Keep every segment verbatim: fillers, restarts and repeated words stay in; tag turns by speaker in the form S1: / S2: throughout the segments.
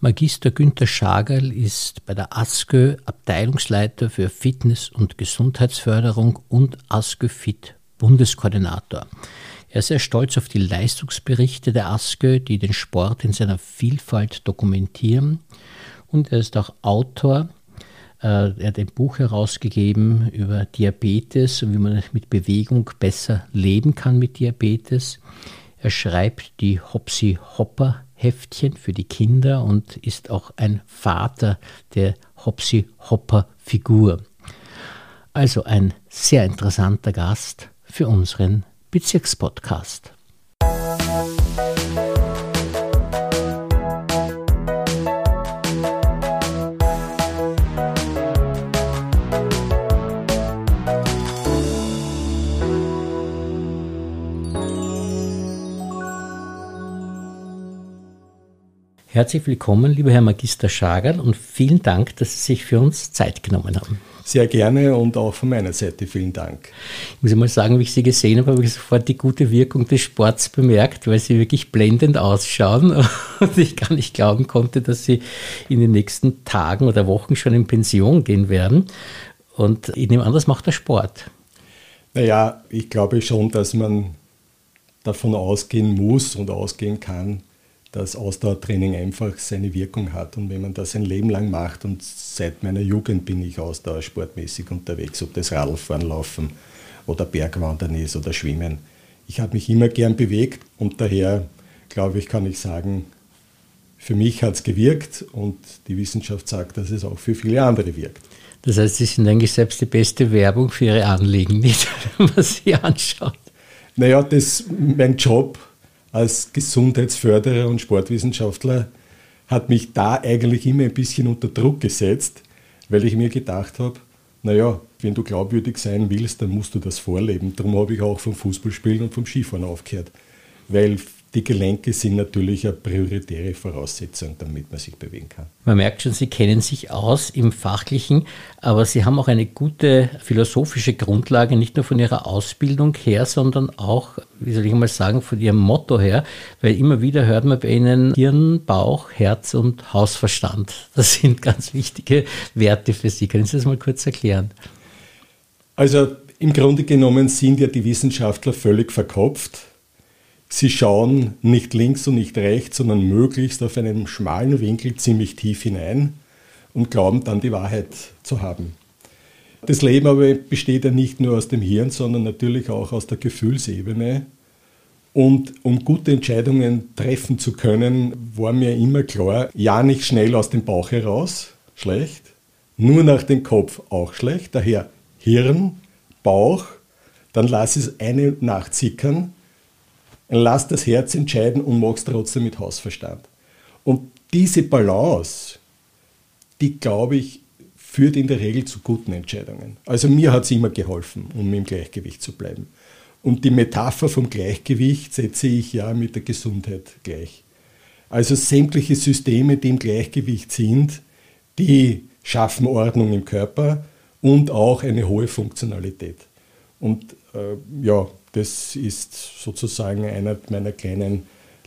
S1: Magister Günther Schagerl ist bei der ASKÖ Abteilungsleiter für Fitness- und Gesundheitsförderung und ASKÖ-Fit Bundeskoordinator. Er ist sehr stolz auf die Leistungsberichte der ASKÖ, die den Sport in seiner Vielfalt dokumentieren. Und er ist auch Autor. Er hat ein Buch herausgegeben über Diabetes und wie man mit Bewegung besser leben kann mit Diabetes. Er schreibt die Hopsi-Hopper-Heftchen für die Kinder und ist auch ein Vater der Hopsi-Hopper-Figur. Also ein sehr interessanter Gast für unseren Bezirkspodcast. Herzlich willkommen, lieber Herr Magister Schagerl, und vielen Dank, dass Sie sich für uns Zeit genommen haben.
S2: Sehr gerne und auch von meiner Seite vielen Dank.
S1: Ich muss mal sagen, wie ich Sie gesehen habe, habe ich sofort die gute Wirkung des Sports bemerkt, weil Sie wirklich blendend ausschauen und ich gar nicht glauben konnte, dass Sie in den nächsten Tagen oder Wochen schon in Pension gehen werden. Und ich nehme an, das macht der Sport.
S2: Naja, ich glaube schon, dass man davon ausgehen muss und ausgehen kann, dass Ausdauertraining einfach seine Wirkung hat. Und wenn man das ein Leben lang macht, und seit meiner Jugend bin ich ausdauersportmäßig unterwegs, ob das Radlfahren, Laufen oder Bergwandern ist oder Schwimmen. Ich habe mich immer gern bewegt und daher, glaube ich, kann ich sagen, für mich hat es gewirkt und die Wissenschaft sagt, dass es auch für viele andere wirkt.
S1: Das heißt, Sie sind eigentlich selbst die beste Werbung für Ihre Anliegen, nicht, wenn man sie anschaut.
S2: Naja, das mein Job als Gesundheitsförderer und Sportwissenschaftler hat mich da eigentlich immer ein bisschen unter Druck gesetzt, weil ich mir gedacht habe, naja, wenn du glaubwürdig sein willst, dann musst du das vorleben. Darum habe ich auch vom Fußballspielen und vom Skifahren aufgehört, weil die Gelenke sind natürlich eine prioritäre Voraussetzung, damit man sich bewegen kann.
S1: Man merkt schon, Sie kennen sich aus im Fachlichen, aber Sie haben auch eine gute philosophische Grundlage, nicht nur von Ihrer Ausbildung her, sondern auch, wie soll ich mal sagen, von Ihrem Motto her, weil immer wieder hört man bei Ihnen Hirn, Bauch, Herz und Hausverstand. Das sind ganz wichtige Werte für Sie. Können Sie das mal kurz erklären?
S2: Also im Grunde genommen sind ja die Wissenschaftler völlig verkopft. Sie schauen nicht links und nicht rechts, sondern möglichst auf einem schmalen Winkel ziemlich tief hinein und glauben dann die Wahrheit zu haben. Das Leben aber besteht ja nicht nur aus dem Hirn, sondern natürlich auch aus der Gefühlsebene. Und um gute Entscheidungen treffen zu können, war mir immer klar, ja, nicht schnell aus dem Bauch heraus, schlecht, nur nach dem Kopf auch schlecht, daher Hirn, Bauch, dann lass es eine nachzickern, lass das Herz entscheiden und mach es trotzdem mit Hausverstand. Und diese Balance, die, glaube ich, führt in der Regel zu guten Entscheidungen. Also mir hat es immer geholfen, um im Gleichgewicht zu bleiben. Und die Metapher vom Gleichgewicht setze ich ja mit der Gesundheit gleich. Also sämtliche Systeme, die im Gleichgewicht sind, die schaffen Ordnung im Körper und auch eine hohe Funktionalität. Und äh, ja, das ist sozusagen einer meiner kleinen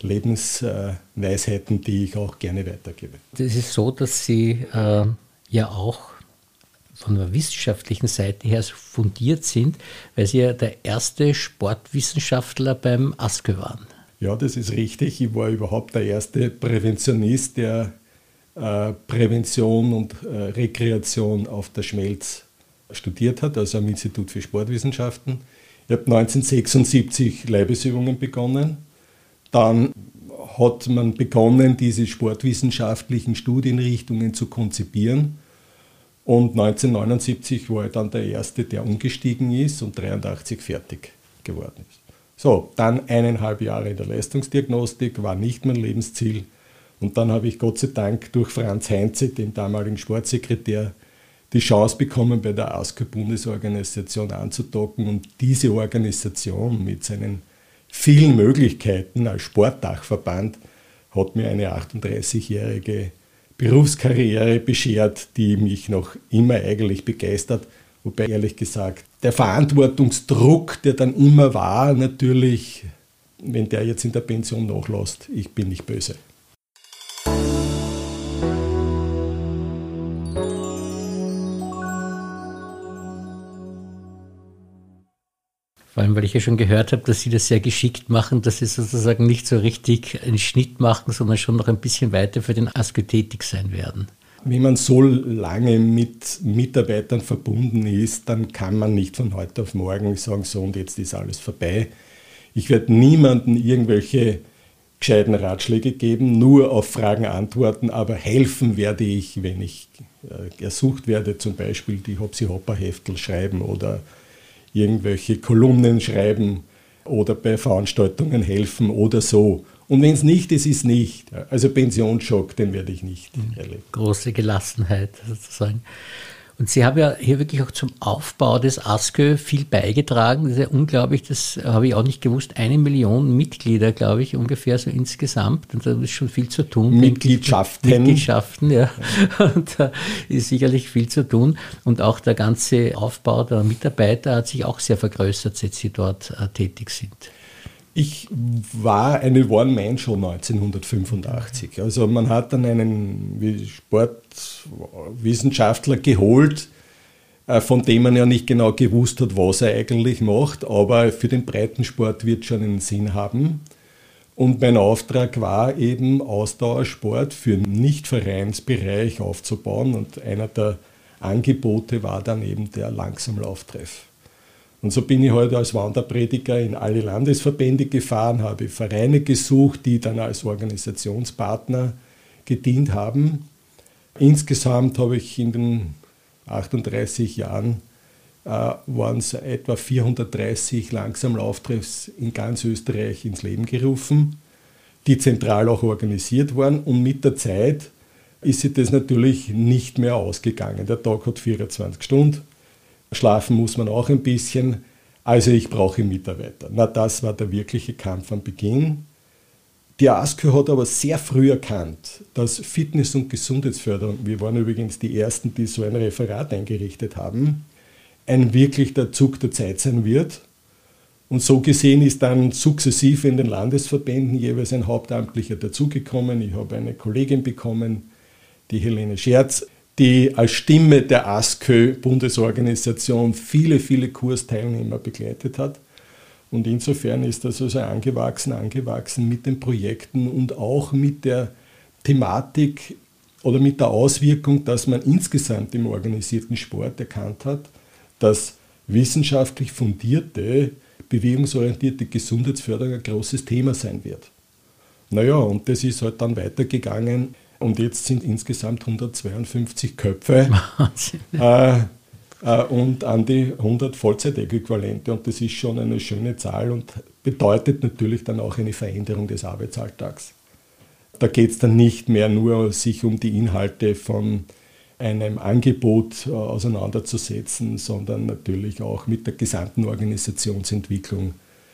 S2: Lebensweisheiten, die ich auch gerne weitergebe.
S1: Das ist so, dass Sie äh, ja auch von der wissenschaftlichen Seite her so fundiert sind, weil Sie ja der erste Sportwissenschaftler beim ASKÖ waren.
S2: Ja, das ist richtig. Ich war überhaupt der erste Präventionist, der äh, Prävention und äh, Rekreation auf der Schmelz studiert hat, also am Institut für Sportwissenschaften. Ich habe neunzehnhundertsechsundsiebzig Leibesübungen begonnen. Dann hat man begonnen, diese sportwissenschaftlichen Studienrichtungen zu konzipieren. Und neunzehnhundertneunundsiebzig war ich dann der Erste, der umgestiegen ist und dreiundachtzig fertig geworden ist. So, dann eineinhalb Jahre in der Leistungsdiagnostik, war nicht mein Lebensziel. Und dann habe ich Gott sei Dank durch Franz Heinze, den damaligen Sportsekretär, die Chance bekommen, bei der ASKÖ-Bundesorganisation anzudocken und diese Organisation mit seinen vielen Möglichkeiten als Sportdachverband hat mir eine achtunddreißigjährige Berufskarriere beschert, die mich noch immer eigentlich begeistert. Wobei ehrlich gesagt, der Verantwortungsdruck, der dann immer war, natürlich, wenn der jetzt in der Pension nachlässt, ich bin nicht böse.
S1: Vor allem, weil ich ja schon gehört habe, dass Sie das sehr geschickt machen, dass Sie sozusagen nicht so richtig einen Schnitt machen, sondern schon noch ein bisschen weiter für den Askö tätig sein werden.
S2: Wenn man so lange mit Mitarbeitern verbunden ist, dann kann man nicht von heute auf morgen sagen, so und jetzt ist alles vorbei. Ich werde niemandem irgendwelche gescheiten Ratschläge geben, nur auf Fragen antworten, aber helfen werde ich, wenn ich äh, ersucht werde, zum Beispiel die Hopsi-Hopper-Heftel schreiben oder irgendwelche Kolumnen schreiben oder bei Veranstaltungen helfen oder so. Und wenn es nicht ist, ist nicht. Also Pensionsschock, den werde ich nicht erleben.
S1: Große Gelassenheit sozusagen. Und Sie haben ja hier wirklich auch zum Aufbau des Askö viel beigetragen. Das ist ja unglaublich, das habe ich auch nicht gewusst. Eine Million Mitglieder, glaube ich, ungefähr so insgesamt. Und da ist schon viel zu tun.
S2: Mitgliedschaften.
S1: Mitgliedschaften, ja. Und da ist sicherlich viel zu tun. Und auch der ganze Aufbau der Mitarbeiter hat sich auch sehr vergrößert, seit Sie dort äh, tätig sind.
S2: Ich war eine One-Man-Show neunzehnhundertfünfundachtzig. Also man hat dann einen Sportwissenschaftler geholt, von dem man ja nicht genau gewusst hat, was er eigentlich macht, aber für den Breitensport wird schon einen Sinn haben. Und mein Auftrag war eben, Ausdauersport für den Nicht-Vereinsbereich aufzubauen. Und einer der Angebote war dann eben der Langsamlauftreff. Und so bin ich heute als Wanderprediger in alle Landesverbände gefahren, habe Vereine gesucht, die dann als Organisationspartner gedient haben. Insgesamt habe ich in den achtunddreißig Jahren, äh, waren es etwa vierhundertdreißig Langsamlauftreffs in ganz Österreich ins Leben gerufen, die zentral auch organisiert waren. Und mit der Zeit ist sich das natürlich nicht mehr ausgegangen. Der Tag hat vierundzwanzig Stunden. Schlafen muss man auch ein bisschen, also ich brauche Mitarbeiter. Na, das war der wirkliche Kampf am Beginn. Die Askö hat aber sehr früh erkannt, dass Fitness- und Gesundheitsförderung, wir waren übrigens die Ersten, die so ein Referat eingerichtet haben, ein wirklich der Zug der Zeit sein wird. Und so gesehen ist dann sukzessive in den Landesverbänden jeweils ein Hauptamtlicher dazugekommen. Ich habe eine Kollegin bekommen, die Helene Scherz, die als Stimme der Askö-Bundesorganisation viele, viele Kursteilnehmer begleitet hat. Und insofern ist das also angewachsen, angewachsen mit den Projekten und auch mit der Thematik oder mit der Auswirkung, dass man insgesamt im organisierten Sport erkannt hat, dass wissenschaftlich fundierte, bewegungsorientierte Gesundheitsförderung ein großes Thema sein wird. Naja, und das ist halt dann weitergegangen. Und jetzt sind insgesamt hundertzweiundfünfzig Köpfe äh, äh, und an die hundert Vollzeitäquivalente. Und das ist schon eine schöne Zahl und bedeutet natürlich dann auch eine Veränderung des Arbeitsalltags. Da geht es dann nicht mehr nur, sich um die Inhalte von einem Angebot äh, auseinanderzusetzen, sondern natürlich auch mit der gesamten Organisationsentwicklung.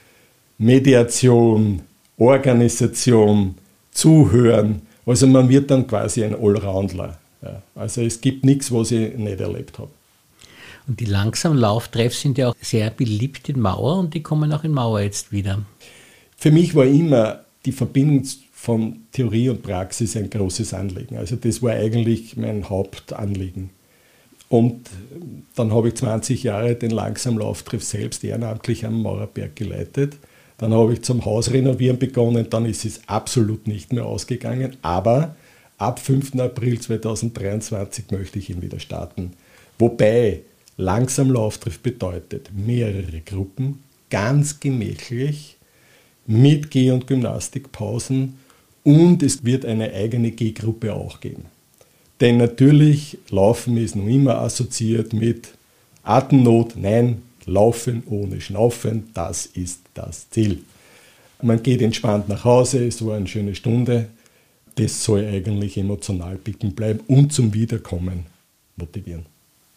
S2: Mediation, Organisation, Zuhören. Also man wird dann quasi ein Allroundler. Ja. Also es gibt nichts, was ich nicht erlebt habe.
S1: Und die Langsamlauftreffs sind ja auch sehr beliebt in Mauer und die kommen auch in Mauer jetzt wieder.
S2: Für mich war immer die Verbindung von Theorie und Praxis ein großes Anliegen. Also das war eigentlich mein Hauptanliegen. Und dann habe ich zwanzig Jahre den Langsamlauftreff selbst ehrenamtlich am Maurerberg geleitet. Dann habe ich zum Hausrenovieren begonnen, dann ist es absolut nicht mehr ausgegangen. Aber ab fünften April zweitausenddreiundzwanzig möchte ich ihn wieder starten. Wobei Langsamlauftreff bedeutet mehrere Gruppen, ganz gemächlich, mit Geh- und Gymnastikpausen und es wird eine eigene Gehgruppe auch geben. Denn natürlich, Laufen ist noch immer assoziiert mit Atemnot, nein, Laufen ohne Schnaufen, das ist das Ziel. Man geht entspannt nach Hause, es war eine schöne Stunde. Das soll eigentlich emotional bicken bleiben und zum Wiederkommen motivieren.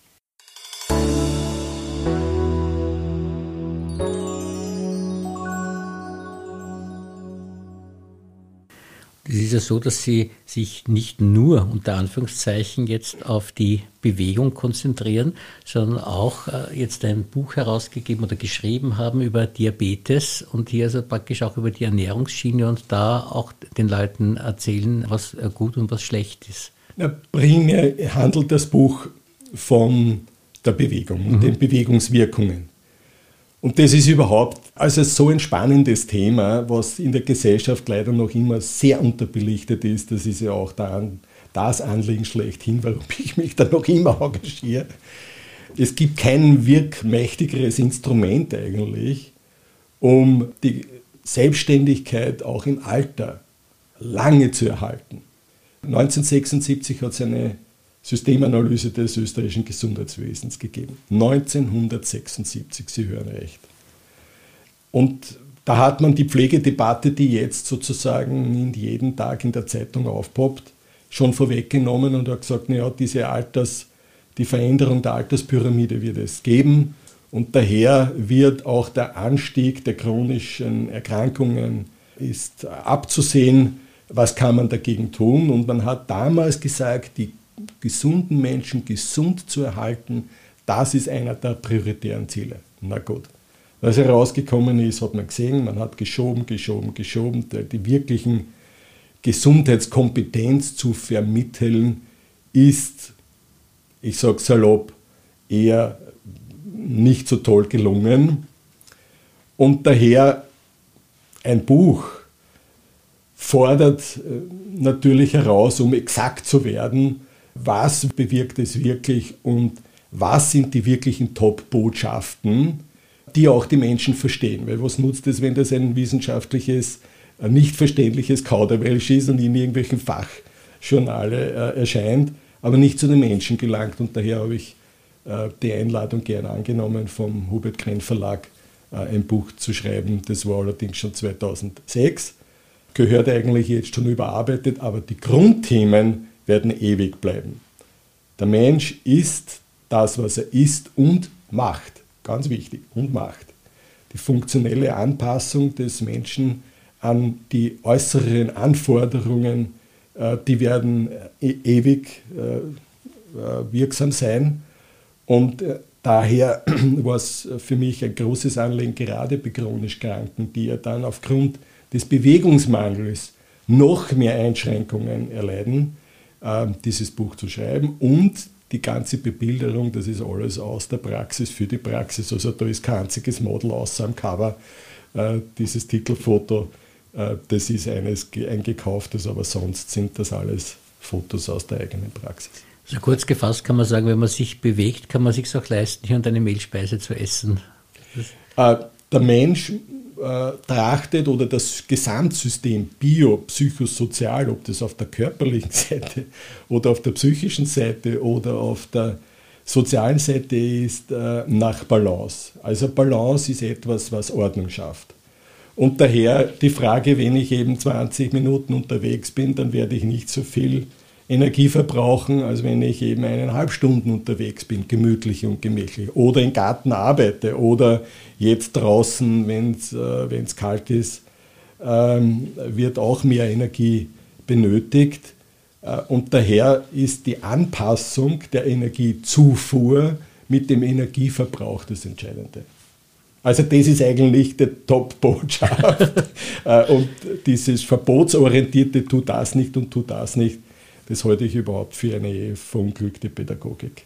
S1: Es ist ja so, dass Sie sich nicht nur unter Anführungszeichen jetzt auf die Bewegung konzentrieren, sondern auch äh, jetzt ein Buch herausgegeben oder geschrieben haben über Diabetes und hier also praktisch auch über die Ernährungsschiene und da auch den Leuten erzählen, was gut und was schlecht ist.
S2: Na, primär handelt das Buch von der Bewegung und mhm. den Bewegungswirkungen. Und das ist überhaupt also so ein spannendes Thema, was in der Gesellschaft leider noch immer sehr unterbelichtet ist. Das ist ja auch dann das Anliegen schlechthin, warum ich mich da noch immer engagiere. Es gibt kein wirkmächtigeres Instrument eigentlich, um die Selbstständigkeit auch im Alter lange zu erhalten. neunzehnhundertsechsundsiebzig hat es eine Systemanalyse des österreichischen Gesundheitswesens gegeben. neunzehnhundertsechsundsiebzig, Sie hören recht. Und da hat man die Pflegedebatte, die jetzt sozusagen jeden Tag in der Zeitung aufpoppt, schon vorweggenommen und hat gesagt, naja, diese Alters, die Veränderung der Alterspyramide wird es geben und daher wird auch der Anstieg der chronischen Erkrankungen ist abzusehen. Was kann man dagegen tun? Und man hat damals gesagt, die gesunden Menschen gesund zu erhalten, das ist einer der prioritären Ziele. Na gut. Was herausgekommen ist, hat man gesehen, man hat geschoben, geschoben, geschoben. Die wirklichen Gesundheitskompetenz zu vermitteln ist, ich sage salopp, eher nicht so toll gelungen. Und daher ein Buch fordert natürlich heraus, um exakt zu werden, was bewirkt es wirklich und was sind die wirklichen Top-Botschaften, die auch die Menschen verstehen. Weil was nutzt es, wenn das ein wissenschaftliches, nicht verständliches Kauderwelsch ist und in irgendwelchen Fachjournale äh, erscheint, aber nicht zu den Menschen gelangt. Und daher habe ich äh, die Einladung gerne angenommen, vom Hubert Krenn Verlag äh, ein Buch zu schreiben. Das war allerdings schon zweitausendsechs. Gehört eigentlich jetzt schon überarbeitet, aber die Grundthemen werden ewig bleiben. Der Mensch ist das, was er ist und macht. Ganz wichtig, und macht. Die funktionelle Anpassung des Menschen an die äußeren Anforderungen, äh, die werden äh, ewig äh, wirksam sein. Und äh, daher war es für mich ein großes Anliegen, gerade bei chronisch Kranken, die ja dann aufgrund des Bewegungsmangels noch mehr Einschränkungen erleiden, äh, dieses Buch zu schreiben. Und die ganze Bebilderung, das ist alles aus der Praxis für die Praxis. Also da ist kein einziges Model außer am Cover. Äh, dieses Titelfoto, äh, das ist eines ein gekauftes, aber sonst sind das alles Fotos aus der eigenen Praxis.
S1: Also kurz gefasst kann man sagen, wenn man sich bewegt, kann man sich auch leisten, hier und eine Mehlspeise zu essen.
S2: Äh, der Mensch äh, trachtet oder das Gesamtsystem bio, psychosozial, ob das auf der körperlichen Seite oder auf der psychischen Seite oder auf der sozialen Seite ist, äh, nach Balance. Also Balance ist etwas, was Ordnung schafft. Und daher die Frage, wenn ich eben zwanzig Minuten unterwegs bin, dann werde ich nicht so viel Energie verbrauchen, als wenn ich eben eineinhalb Stunden unterwegs bin, gemütlich und gemächlich. Oder im Garten arbeite oder jetzt draußen, wenn es äh, kalt ist, ähm, wird auch mehr Energie benötigt. Äh, und daher ist die Anpassung der Energiezufuhr mit dem Energieverbrauch das Entscheidende. Also das ist eigentlich die Top-Botschaft. äh, und dieses verbotsorientierte, tu das nicht und tu das nicht, das halte ich überhaupt für eine verunglückte Pädagogik.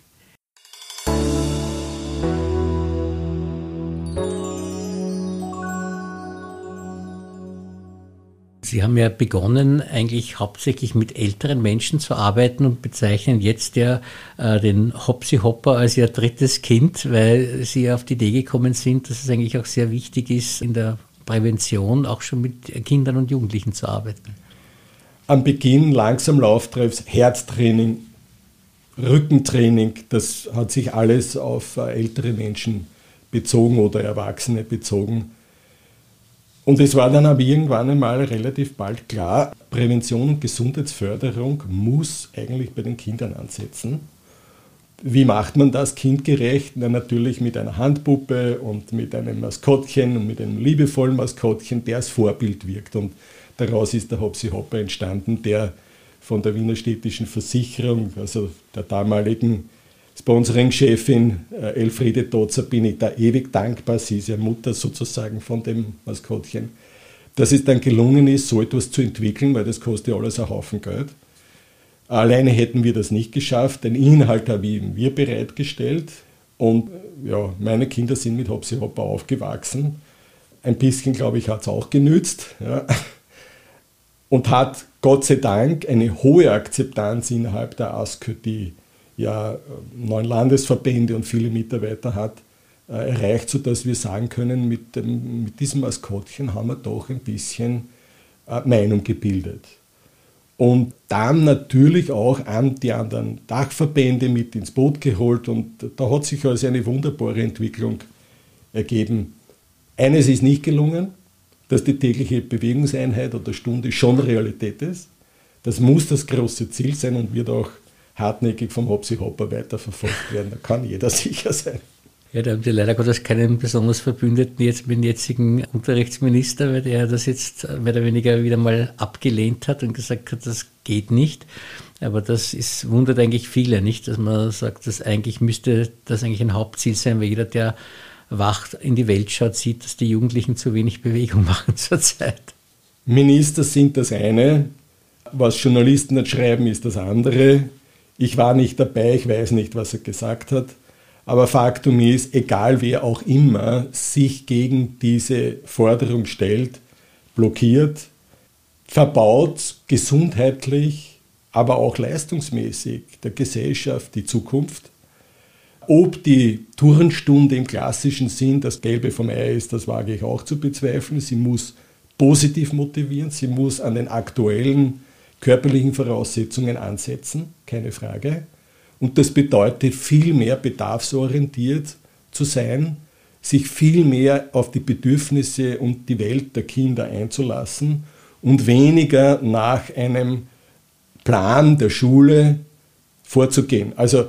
S1: Sie haben ja begonnen, eigentlich hauptsächlich mit älteren Menschen zu arbeiten und bezeichnen jetzt ja äh, den Hopsi Hopper als Ihr drittes Kind, weil Sie auf die Idee gekommen sind, dass es eigentlich auch sehr wichtig ist, in der Prävention auch schon mit Kindern und Jugendlichen zu arbeiten.
S2: Am Beginn langsam Lauftreffs, Herztraining, Rückentraining, das hat sich alles auf ältere Menschen bezogen oder Erwachsene bezogen. Und es war dann aber irgendwann einmal relativ bald klar, Prävention und Gesundheitsförderung muss eigentlich bei den Kindern ansetzen. Wie macht man das kindgerecht? Na, natürlich mit einer Handpuppe und mit einem Maskottchen und mit einem liebevollen Maskottchen, der als Vorbild wirkt. Und daraus ist der Hopsi Hopper entstanden, der von der Wiener Städtischen Versicherung, also der damaligen Sponsoring-Chefin äh, Elfriede Totzer, bin ich da ewig dankbar. Sie ist ja Mutter sozusagen von dem Maskottchen, dass es dann gelungen ist, so etwas zu entwickeln, weil das kostet ja alles einen Haufen Geld. Alleine hätten wir das nicht geschafft. Den Inhalt haben wir bereitgestellt Und ja, meine Kinder sind mit Hopsi Hoppa aufgewachsen. Ein bisschen, glaube ich, hat es auch genützt. Ja. Und hat Gott sei Dank eine hohe Akzeptanz innerhalb der ASKÖ, die ja neun Landesverbände und viele Mitarbeiter hat, äh, erreicht, sodass wir sagen können, mit, dem, mit diesem Maskottchen haben wir doch ein bisschen äh, Meinung gebildet. Und dann natürlich auch an die anderen Dachverbände mit ins Boot geholt und da hat sich also eine wunderbare Entwicklung ergeben. Eines ist nicht gelungen, dass die tägliche Bewegungseinheit oder Stunde schon Realität ist. Das muss das große Ziel sein und wird auch hartnäckig vom Hopsi Hoppa weiterverfolgt werden. Da kann jeder sicher sein.
S1: Ja, da haben wir leider Gottes keinen besonders Verbündeten jetzt mit dem jetzigen Unterrichtsminister, weil der das jetzt mehr oder weniger wieder mal abgelehnt hat und gesagt hat, das geht nicht. Aber das ist, wundert eigentlich viele, nicht, dass man sagt, dass eigentlich müsste das eigentlich ein Hauptziel sein, weil jeder, der wacht in die Welt schaut, sieht, dass die Jugendlichen zu wenig Bewegung machen zurzeit.
S2: Minister sind das eine, was Journalisten nicht schreiben, ist das andere. Ich war nicht dabei, ich weiß nicht, was er gesagt hat. Aber Faktum ist, egal wer auch immer sich gegen diese Forderung stellt, blockiert, verbaut gesundheitlich, aber auch leistungsmäßig der Gesellschaft die Zukunft. Ob die Turnstunde im klassischen Sinn das Gelbe vom Ei ist, das wage ich auch zu bezweifeln. Sie muss positiv motivieren, sie muss an den aktuellen körperlichen Voraussetzungen ansetzen, keine Frage. Und das bedeutet, viel mehr bedarfsorientiert zu sein, sich viel mehr auf die Bedürfnisse und die Welt der Kinder einzulassen und weniger nach einem Plan der Schule vorzugehen. Also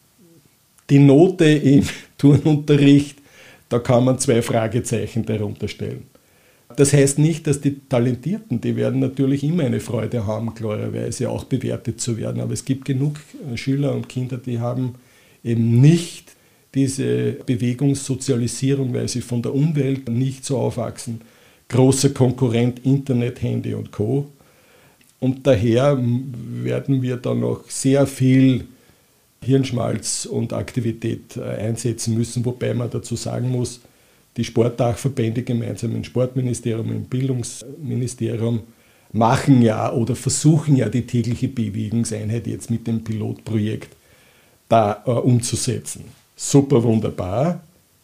S2: die Note im Turnunterricht, da kann man zwei Fragezeichen darunter stellen. Das heißt nicht, dass die Talentierten, die werden natürlich immer eine Freude haben, klarerweise auch bewertet zu werden. Aber es gibt genug Schüler und Kinder, die haben eben nicht diese Bewegungssozialisierung, weil sie von der Umwelt nicht so aufwachsen. Großer Konkurrent, Internet, Handy und Co. Und daher werden wir da noch sehr viel Hirnschmalz und Aktivität einsetzen müssen, wobei man dazu sagen muss, die Sportdachverbände gemeinsam im Sportministerium, im Bildungsministerium machen ja oder versuchen ja die tägliche Bewegungseinheit jetzt mit dem Pilotprojekt da äh, umzusetzen. Super wunderbar,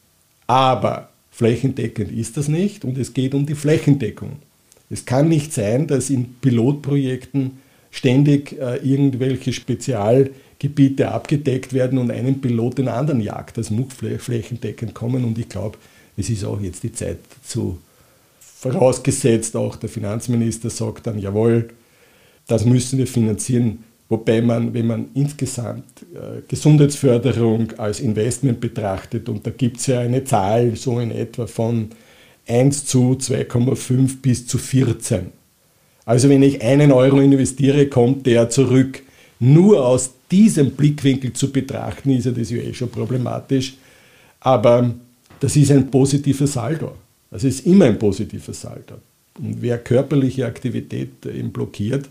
S2: aber flächendeckend ist das nicht und es geht um die Flächendeckung. Es kann nicht sein, dass in Pilotprojekten ständig äh, irgendwelche Spezialgebiete abgedeckt werden und einen Pilot den anderen jagt. Das muss flächendeckend kommen und ich glaube, es ist auch jetzt die Zeit dazu, vorausgesetzt auch der Finanzminister sagt dann, jawohl, das müssen wir finanzieren, wobei man, wenn man insgesamt äh, Gesundheitsförderung als Investment betrachtet, und da gibt es ja eine Zahl so in etwa von eins zu zwei Komma fünf bis zu vierzehn. Also wenn ich einen Euro investiere, kommt der zurück. Nur aus diesem Blickwinkel zu betrachten, ist ja das ja eh schon problematisch, aber das ist ein positiver Saldo. Das ist immer ein positiver Saldo. Und wer körperliche Aktivität eben blockiert,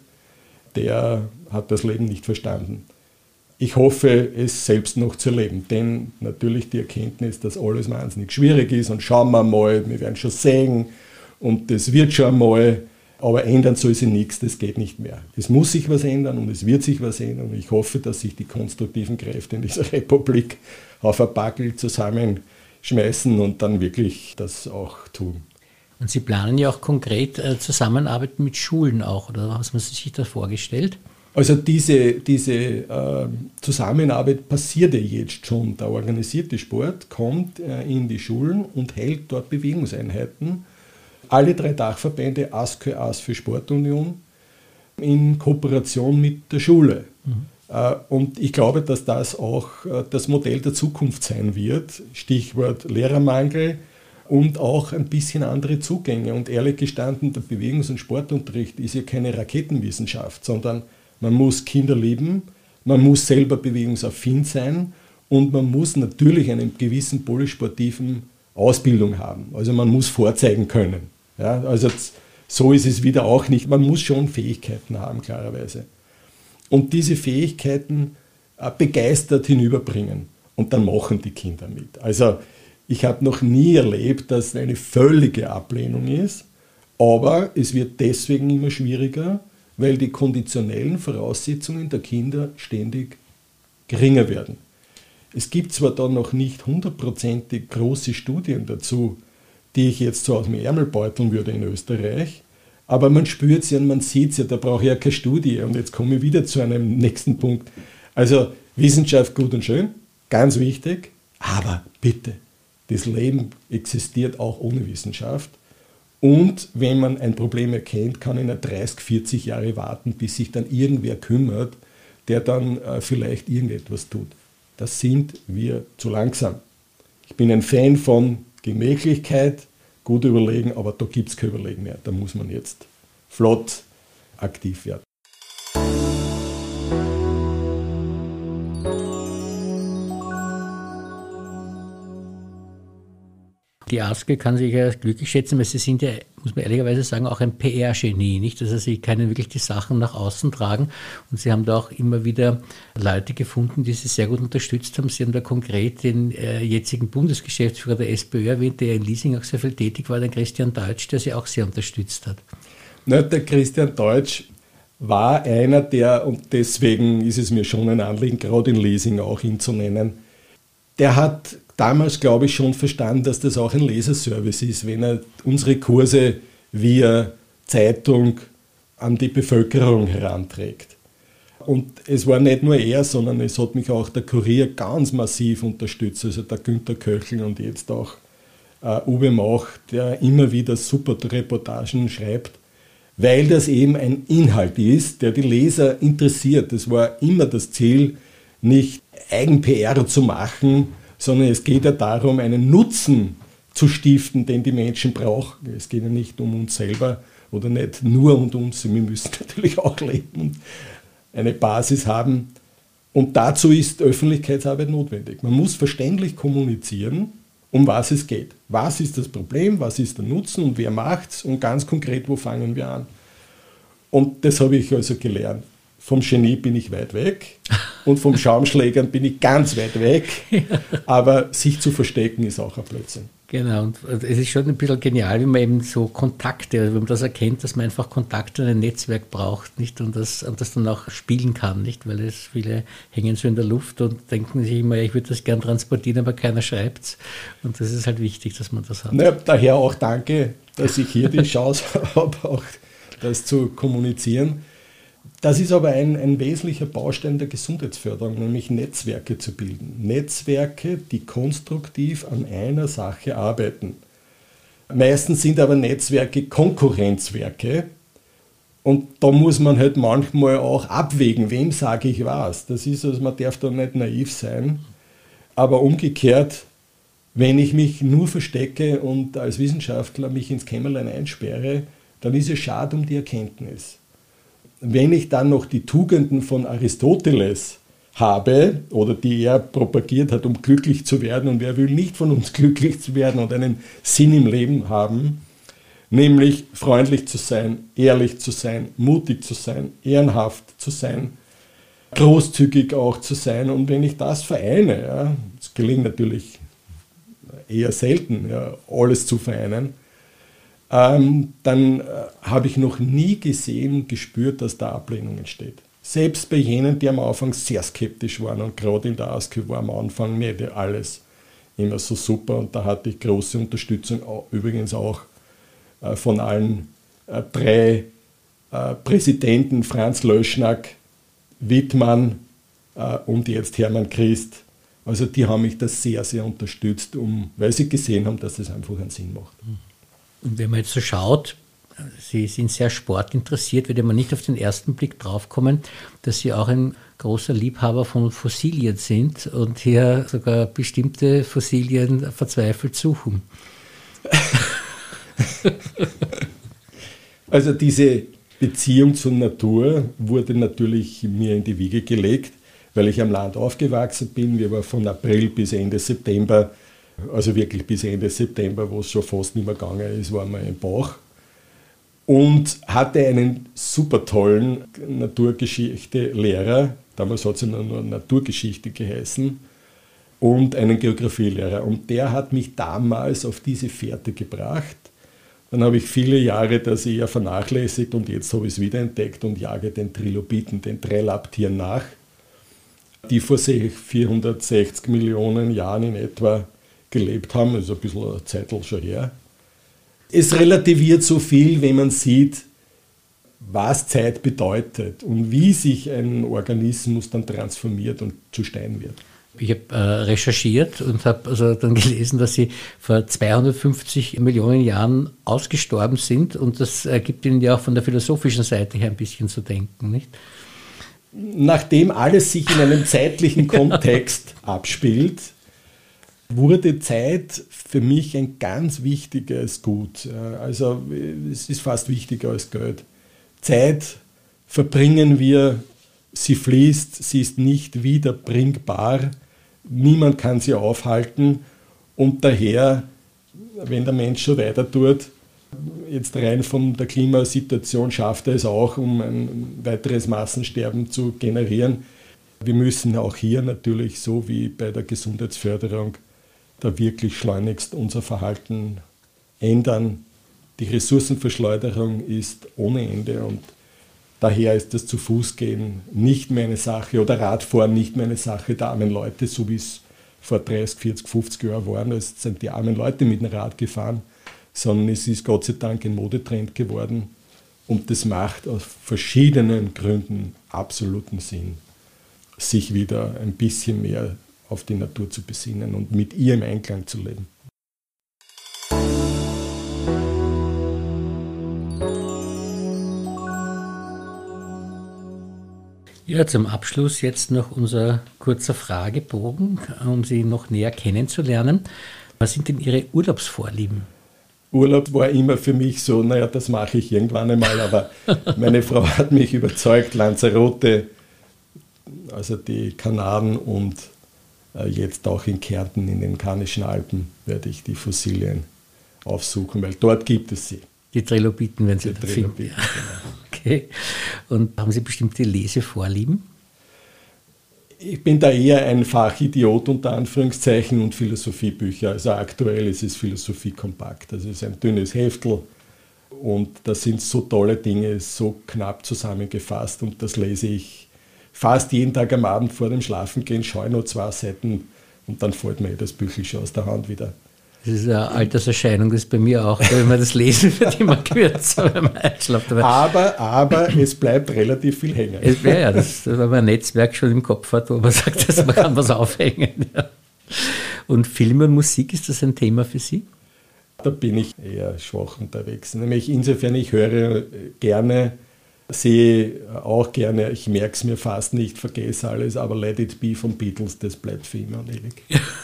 S2: der hat das Leben nicht verstanden. Ich hoffe, es selbst noch zu erleben, denn natürlich die Erkenntnis, dass alles wahnsinnig schwierig ist und schauen wir mal, wir werden schon sehen und das wird schon mal, aber ändern soll sich nichts, das geht nicht mehr. Es muss sich was ändern und es wird sich was ändern und ich hoffe, dass sich die konstruktiven Kräfte in dieser Republik auf ein Backel zusammen schmeißen und dann wirklich das auch tun.
S1: Und Sie planen ja auch konkret äh, Zusammenarbeit mit Schulen auch, oder was haben Sie sich da vorgestellt?
S2: Also diese, diese äh, Zusammenarbeit passiert ja jetzt schon. Der organisierte Sport kommt äh, in die Schulen und hält dort Bewegungseinheiten. Alle drei Dachverbände, ASKÖ, ASFÖ, Sportunion, in Kooperation mit der Schule. Mhm. Und ich glaube, dass das auch das Modell der Zukunft sein wird. Stichwort Lehrermangel und auch ein bisschen andere Zugänge. Und ehrlich gestanden, der Bewegungs- und Sportunterricht ist ja keine Raketenwissenschaft, sondern man muss Kinder lieben, man muss selber bewegungsaffin sein und man muss natürlich einen gewissen polysportiven Ausbildung haben. Also man muss vorzeigen können. Ja, also so ist es wieder auch nicht. Man muss schon Fähigkeiten haben, klarerweise. Und diese Fähigkeiten äh, begeistert hinüberbringen. und dann machen die Kinder mit. Also ich habe noch nie erlebt, dass eine völlige Ablehnung ist, aber es wird deswegen immer schwieriger, weil die konditionellen Voraussetzungen der Kinder ständig geringer werden. Es gibt zwar da noch nicht hundertprozentig große Studien dazu, die ich jetzt so aus dem Ärmel beuteln würde in Österreich, aber man spürt es ja und man sieht es ja, da brauche ich ja keine Studie. Und jetzt komme ich wieder zu einem nächsten Punkt. Also Wissenschaft gut und schön, ganz wichtig, aber bitte, das Leben existiert auch ohne Wissenschaft. Und wenn man ein Problem erkennt, kann man dreißig, vierzig Jahre warten, bis sich dann irgendwer kümmert, der dann äh, vielleicht irgendetwas tut. Das sind wir zu langsam. Ich bin ein Fan von Gemächlichkeit, gut überlegen, aber da gibt es kein Überlegen mehr. Da muss man jetzt flott aktiv werden.
S1: Die ASCO kann sich ja glücklich schätzen, weil sie sind ja, muss man ehrlicherweise sagen, auch ein P R-Genie, nicht? Also sie können wirklich die Sachen nach außen tragen und sie haben da auch immer wieder Leute gefunden, die sie sehr gut unterstützt haben. Sie haben da konkret den äh, jetzigen Bundesgeschäftsführer der SPÖ erwähnt, der in Liesing auch sehr viel tätig war, den Christian Deutsch, der sie auch sehr unterstützt hat.
S2: Na, der Christian Deutsch war einer, der, und deswegen ist es mir schon ein Anliegen, gerade in Liesing auch ihn zu nennen, der hat damals, glaube ich, schon verstanden, dass das auch ein Leserservice ist, wenn er unsere Kurse via Zeitung an die Bevölkerung heranträgt. Und es war nicht nur er, sondern es hat mich auch der Kurier ganz massiv unterstützt, also der Günther Köchel und jetzt auch äh, Uwe Mauch, der immer wieder super Reportagen schreibt, weil das eben ein Inhalt ist, der die Leser interessiert. Das war immer das Ziel, nicht Eigen-P R zu machen, sondern es geht ja darum, einen Nutzen zu stiften, den die Menschen brauchen. Es geht ja nicht um uns selber oder nicht nur um uns, wir müssen natürlich auch leben und eine Basis haben. Und dazu ist Öffentlichkeitsarbeit notwendig. Man muss verständlich kommunizieren, um was es geht. Was ist das Problem, was ist der Nutzen und wer macht's und ganz konkret, wo fangen wir an. Und das habe ich also gelernt. Vom Genie bin ich weit weg und vom Schaumschlägern bin ich ganz weit weg. Aber sich zu verstecken ist auch ein Blödsinn.
S1: Genau, und es ist schon ein bisschen genial, wie man eben so Kontakte, wenn man das erkennt, dass man einfach Kontakte und ein Netzwerk braucht, nicht? Und das, und das dann auch spielen kann, nicht? Weil es viele hängen so in der Luft und denken sich immer, ja, ich würde das gern transportieren, aber keiner schreibt es. Und das ist halt wichtig, dass man das hat.
S2: Naja, daher auch danke, dass ich hier die Chance habe, auch das zu kommunizieren. Das ist aber ein, ein wesentlicher Baustein der Gesundheitsförderung, nämlich Netzwerke zu bilden. Netzwerke, die konstruktiv an einer Sache arbeiten. Meistens sind aber Netzwerke Konkurrenzwerke und da muss man halt manchmal auch abwägen, wem sage ich was. Das ist also, man darf da nicht naiv sein, aber umgekehrt, wenn ich mich nur verstecke und als Wissenschaftler mich ins Kämmerlein einsperre, dann ist es schade um die Erkenntnis. Wenn ich dann noch die Tugenden von Aristoteles habe oder die er propagiert hat, um glücklich zu werden, und wer will nicht von uns glücklich zu werden und einen Sinn im Leben haben, nämlich freundlich zu sein, ehrlich zu sein, mutig zu sein, ehrenhaft zu sein, großzügig auch zu sein, und wenn ich das vereine, ja, es gelingt natürlich eher selten, ja, alles zu vereinen, Ähm, dann äh, habe ich noch nie gesehen, gespürt, dass da Ablehnung entsteht. Selbst bei jenen, die am Anfang sehr skeptisch waren, und gerade in der ASCO war am Anfang nicht alles immer so super, und da hatte ich große Unterstützung, auch, übrigens auch äh, von allen äh, drei äh, Präsidenten, Franz Löschnack, Wittmann äh, und jetzt Hermann Christ. Also die haben mich da sehr, sehr unterstützt, um, weil sie gesehen haben, dass das einfach einen Sinn macht.
S1: Und wenn man jetzt so schaut, Sie sind sehr sportinteressiert, würde man nicht auf den ersten Blick draufkommen, dass Sie auch ein großer Liebhaber von Fossilien sind und hier sogar bestimmte Fossilien verzweifelt suchen.
S2: Also diese Beziehung zur Natur wurde natürlich mir in die Wiege gelegt, weil ich am Land aufgewachsen bin. Wir waren von April bis Ende September, also wirklich bis Ende September, wo es schon fast nicht mehr gegangen ist, waren wir im Bach. Und hatte einen super tollen Naturgeschichte-Lehrer, damals hat es nur Naturgeschichte geheißen, und einen Geografielehrer. Und der hat mich damals auf diese Fährte gebracht. Dann habe ich viele Jahre das eher vernachlässigt und jetzt habe ich es wiederentdeckt und jage den Trilobiten, den drei Lapptieren nach, die vor vierhundertsechzig Millionen Jahren in etwa gelebt haben. Das ist ein bisschen eine Zeit schon her. Es relativiert so viel, wenn man sieht, was Zeit bedeutet und wie sich ein Organismus dann transformiert und zu Stein wird.
S1: Ich habe äh, recherchiert und habe also dann gelesen, dass sie vor zweihundertfünfzig Millionen Jahren ausgestorben sind und das äh, gibt ihnen ja auch von der philosophischen Seite her ein bisschen zu denken, nicht?
S2: Nachdem alles sich in einem zeitlichen Kontext abspielt, wurde Zeit für mich ein ganz wichtiges Gut. Also es ist fast wichtiger als Geld. Zeit verbringen wir, sie fließt, sie ist nicht wiederbringbar, niemand kann sie aufhalten und daher, wenn der Mensch schon weiter tut, jetzt rein von der Klimasituation schafft er es auch, um ein weiteres Massensterben zu generieren. Wir müssen auch hier natürlich, so wie bei der Gesundheitsförderung, da wirklich schleunigst unser Verhalten ändern. Die Ressourcenverschleuderung ist ohne Ende und daher ist das Zu-Fuß-Gehen nicht mehr eine Sache oder Radfahren nicht mehr eine Sache der armen Leute, so wie es vor dreißig, vierzig, fünfzig Jahren waren. Es sind die armen Leute mit dem Rad gefahren, sondern es ist Gott sei Dank ein Modetrend geworden und das macht aus verschiedenen Gründen absoluten Sinn, sich wieder ein bisschen mehr auf die Natur zu besinnen und mit ihr im Einklang zu leben.
S1: Ja, zum Abschluss jetzt noch unser kurzer Fragebogen, um Sie noch näher kennenzulernen. Was sind denn Ihre Urlaubsvorlieben?
S2: Urlaub war immer für mich so, naja, das mache ich irgendwann einmal, aber meine Frau hat mich überzeugt, Lanzarote, also die Kanaren und äh, jetzt auch in Kärnten in den Karnischen Alpen werde ich die Fossilien aufsuchen, weil dort gibt es sie.
S1: Die Trilobiten, wenn Sie
S2: die
S1: da finden.
S2: Trilobiten, genau.
S1: Okay. Und haben Sie bestimmte Lesevorlieben?
S2: Ich bin da eher ein Fachidiot unter Anführungszeichen und Philosophiebücher. Also aktuell ist es Philosophie kompakt. Das ist ein dünnes Heftel und da sind so tolle Dinge, so knapp zusammengefasst und das lese ich fast jeden Tag am Abend vor dem Schlafengehen, schaue nur zwei Seiten und dann fällt mir das Büchel schon aus der Hand wieder.
S1: Das ist eine Alterserscheinung, das ist bei mir auch, wenn man das lesen wird immer kürzer, wenn man einschlaft. Aber,
S2: aber, aber es bleibt relativ viel hängen.
S1: Es, ja, ja, das, wenn man ein Netzwerk schon im Kopf hat, wo man sagt, dass man kann was aufhängen. Ja. Und Film und Musik, ist das ein Thema für Sie?
S2: Da bin ich eher schwach unterwegs. Nämlich insofern, ich höre gerne, sehe auch gerne, ich merke es mir fast nicht, vergesse alles, aber Let It Be von Beatles, das bleibt für immer und ewig.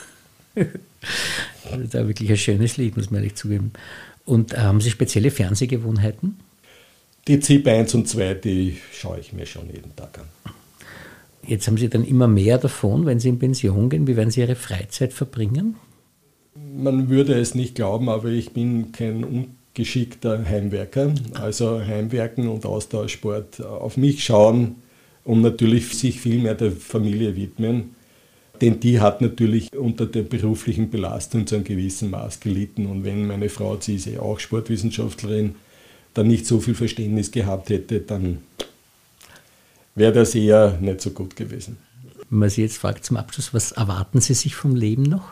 S1: Das ist ja wirklich ein schönes Lied, muss man ehrlich zugeben. Und äh, haben Sie spezielle Fernsehgewohnheiten?
S2: Die Z I P eins und zwei, die schaue ich mir schon jeden Tag an.
S1: Jetzt haben Sie dann immer mehr davon, wenn Sie in Pension gehen. Wie werden Sie Ihre Freizeit verbringen?
S2: Man würde es nicht glauben, aber ich bin kein ungeschickter Heimwerker. Also Heimwerken und Austauschsport auf mich schauen und natürlich sich viel mehr der Familie widmen. Denn die hat natürlich unter der beruflichen Belastung zu einem gewissen Maß gelitten. Und wenn meine Frau, sie ist ja auch Sportwissenschaftlerin, dann nicht so viel Verständnis gehabt hätte, dann wäre das eher nicht so gut gewesen.
S1: Wenn man Sie jetzt fragt zum Abschluss, was erwarten Sie sich vom Leben noch?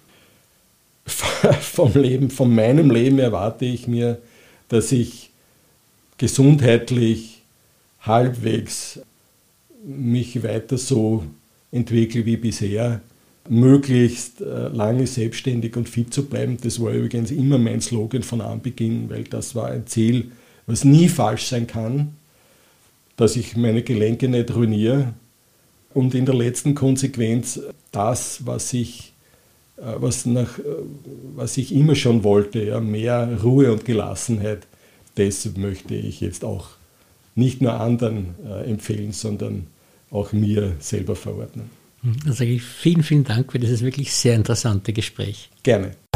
S2: Vom Leben, von meinem Leben erwarte ich mir, dass ich gesundheitlich halbwegs mich weiter so entwickle wie bisher, möglichst äh, lange selbstständig und fit zu bleiben. Das war übrigens immer mein Slogan von Anbeginn, weil das war ein Ziel, was nie falsch sein kann, dass ich meine Gelenke nicht ruiniere und in der letzten Konsequenz das, was ich, äh, was nach, äh, was ich immer schon wollte, ja, mehr Ruhe und Gelassenheit, das möchte ich jetzt auch nicht nur anderen äh, empfehlen, sondern auch mir selber verordnen.
S1: Dann sage ich vielen, vielen Dank für dieses wirklich sehr interessante Gespräch.
S2: Gerne.